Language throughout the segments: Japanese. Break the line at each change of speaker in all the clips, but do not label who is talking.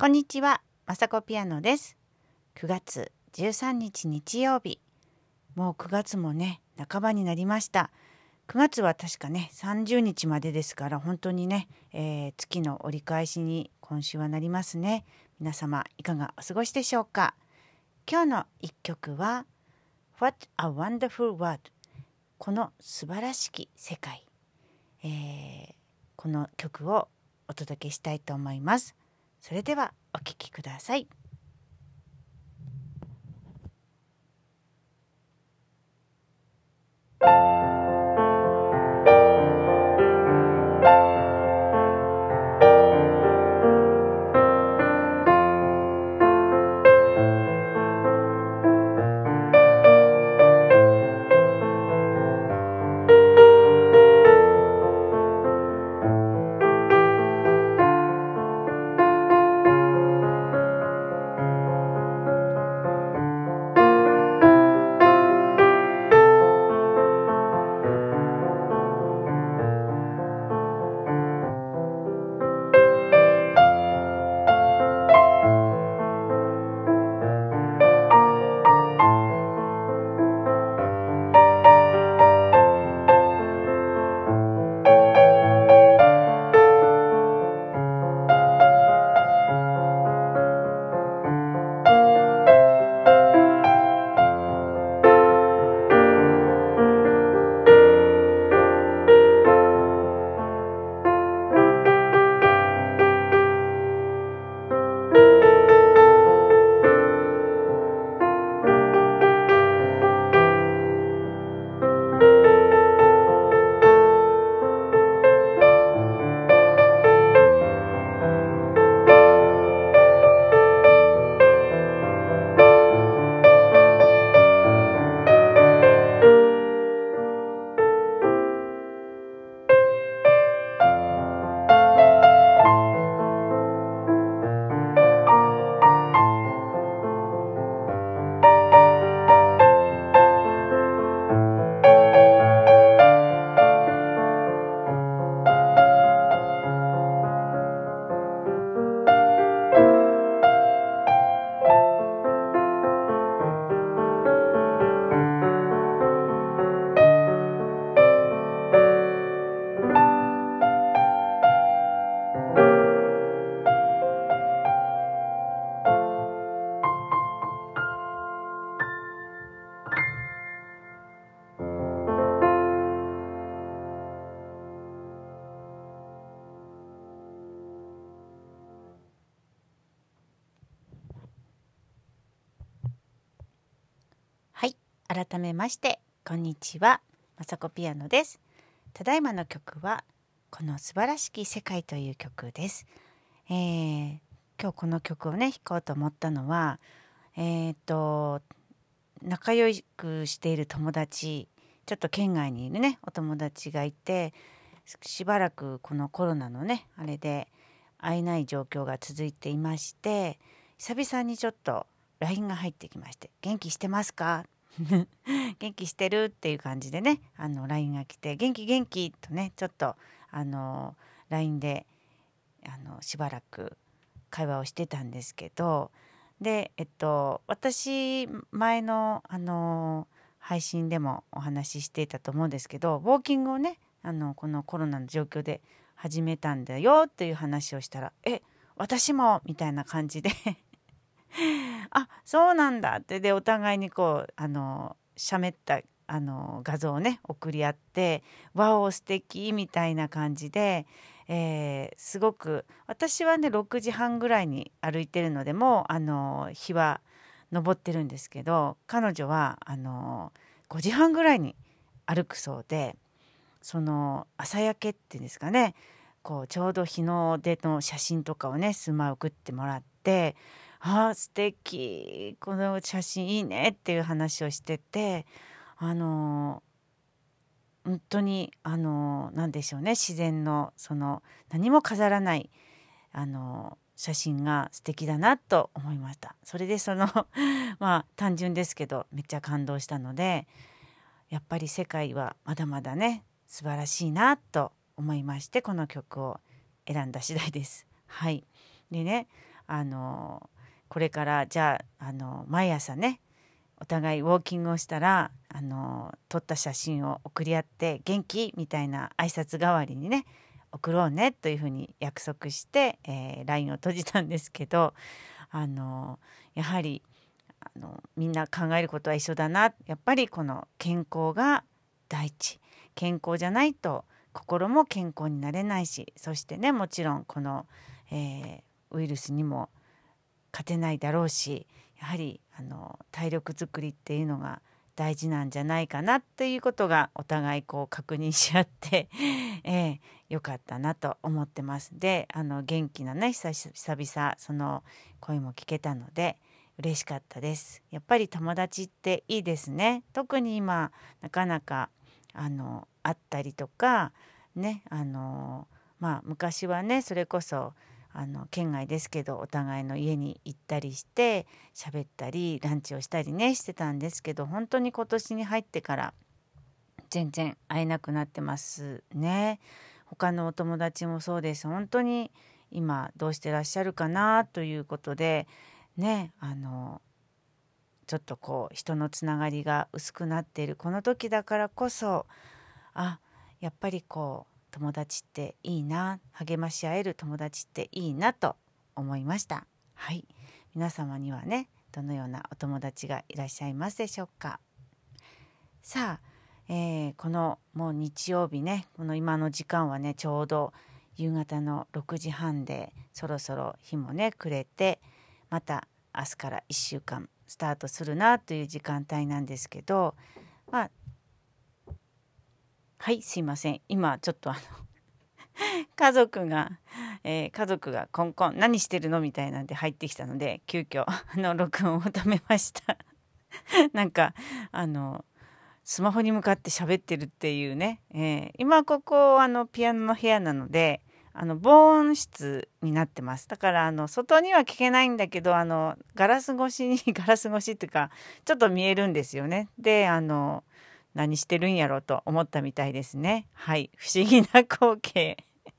こんにちは、まさこピアノです。9月13日日曜日。もう9月もね、半ばになりました。9月は確かね、30日までですから、本当にね、月の折り返しに今週はなりますね。皆様、いかがお過ごしでしょうか。今日の一曲は、What a Wonderful World。この素晴らしき世界。この曲をお届けしたいと思います。それではお聴きください。はい、改めましてこんにちは、まさこピアノです。ただいまの曲はこの素晴らしき世界という曲です。今日この曲をね弾こうと思ったのは、仲良くしている友達、ちょっと県外にいるねお友達がいて、しばらくこのコロナのねあれで会えない状況が続いていまして、久々にちょっと LINE が入ってきまして、元気してますか元気してるっていう感じでね、LINE が来て、元気元気とねちょっとLINE でしばらく会話をしてたんですけど、で私前の配信でもお話ししていたと思うんですけど、ウォーキングをねこのコロナの状況で始めたんだよっていう話をしたら、私もみたいな感じであ、そうなんだって、でお互いにこう喋った画像をね送り合って、わお素敵みたいな感じで、すごく、私はね6時半ぐらいに歩いてるので、もう日は昇ってるんですけど、彼女は5時半ぐらいに歩くそうで、その朝焼けっていうんですかね、こうちょうど日の出の写真とかをね数枚送ってもらって、素敵、この写真いいねっていう話をしてて、本当に何でしょうね、自然のその何も飾らない写真が素敵だなと思いました。それでまあ単純ですけどめっちゃ感動したので、やっぱり世界はまだまだね素晴らしいなと思いまして、この曲を選んだ次第です。はい。でね、 これからじゃあ、毎朝ねお互いウォーキングをしたら撮った写真を送り合って元気みたいな挨拶代わりにね送ろうねというふうに約束して、LINE を閉じたんですけど、やはりみんな考えることは一緒だな。やっぱりこの健康が第一、健康じゃないと心も健康になれないし、そしてねもちろんこの、ウイルスにも勝てないだろうし、やはり体力づくりっていうのが大事なんじゃないかなっていうことがお互いこう確認し合って、よかったなと思ってます。で元気なね久々その声も聞けたので嬉しかったです。やっぱり友達っていいですね。特に今なかなか会ったりとかね昔はねそれこそ県外ですけどお互いの家に行ったりして喋ったりランチをしたりねしてたんですけど、本当に今年に入ってから全然会えなくなってますね。他のお友達もそうです。本当に今どうしてらっしゃるかなということでねちょっとこう人のつながりが薄くなっているこの時だからこそ、やっぱりこう友達っていいな、励まし合える友達っていいなと思いました。はい、皆様にはねどのようなお友達がいらっしゃいますでしょうか。さあ、このもう日曜日ね、この今の時間はねちょうど夕方の6時半でそろそろ日もね暮れて、また明日から1週間スタートするなという時間帯なんですけど、はいすいません、今ちょっと家族がコンコン何してるのみたいなんで入ってきたので急遽録音を止めましたなんかスマホに向かって喋ってるっていうね、今ここピアノの部屋なので防音室になってます。だから外には聞けないんだけどガラス越しっていうかちょっと見えるんですよね。で何してるんやろうと思ったみたいですね。はい、不思議な光景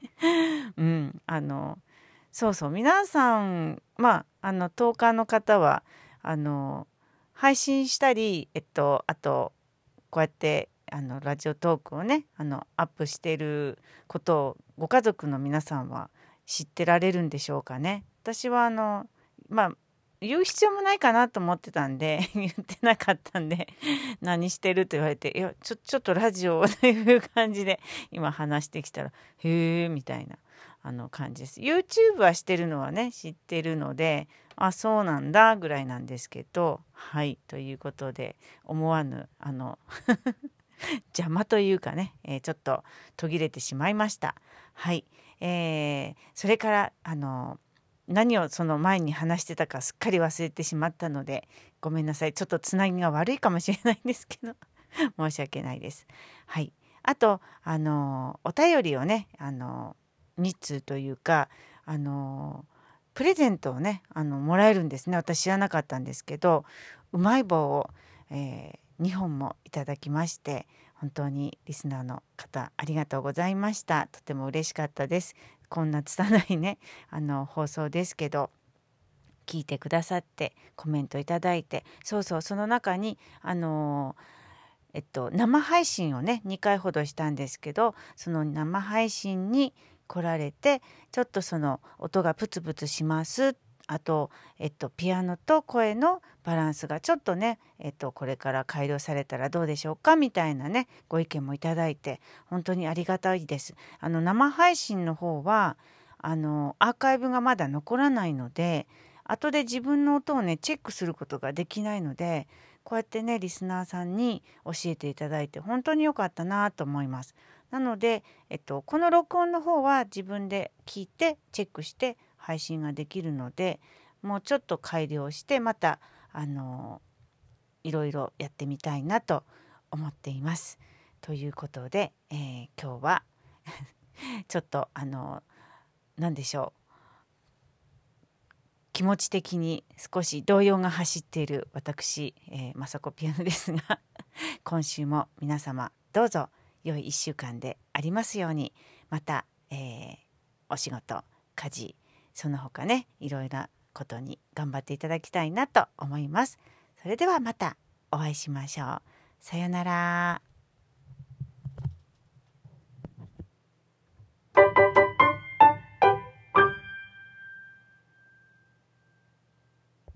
そうそう、皆さんトーカーの方は配信したりあとこうやってラジオトークをねアップしていることをご家族の皆さんは知ってられるんでしょうかね。私は言う必要もないかなと思ってたんで言ってなかったんで何してると言われて、いやちょっとラジオという感じで今話してきたらへえみたいな感じです。 YouTube はしてるのはね知ってるので、そうなんだぐらいなんですけど、はいということで思わぬ邪魔というかね、ちょっと途切れてしまいました。はい、それから何をその前に話してたかすっかり忘れてしまったのでごめんなさい。ちょっとつなぎが悪いかもしれないんですけど申し訳ないです。はい、あとお便りをね2通というかプレゼントをねもらえるんですね。私知らなかったんですけどうまい棒を、2本もいただきまして、本当にリスナーの方ありがとうございました。とても嬉しかったです。こんな拙いね放送ですけど聞いてくださってコメントいただいて、その中に生配信をね2回ほどしたんですけど、その生配信に来られてちょっとその音がプツプツします、あと、ピアノと声のバランスがちょっとね、これから改良されたらどうでしょうかみたいなねご意見もいただいて本当にありがたいです。生配信の方はアーカイブがまだ残らないので後で自分の音をねチェックすることができないので、こうやってねリスナーさんに教えていただいて本当に良かったなと思います。なので、この録音の方は自分で聞いてチェックして配信ができるので、もうちょっと改良してまたいろいろやってみたいなと思っています。ということで、今日はちょっと何でしょう、気持ち的に少し動揺が走っている私、まさこピアノですが今週も皆様どうぞ良い1週間でありますように。また、お仕事家事その他ねいろいろことに頑張っていただきたいなと思います。それではまたお会いしましょう。さよなら。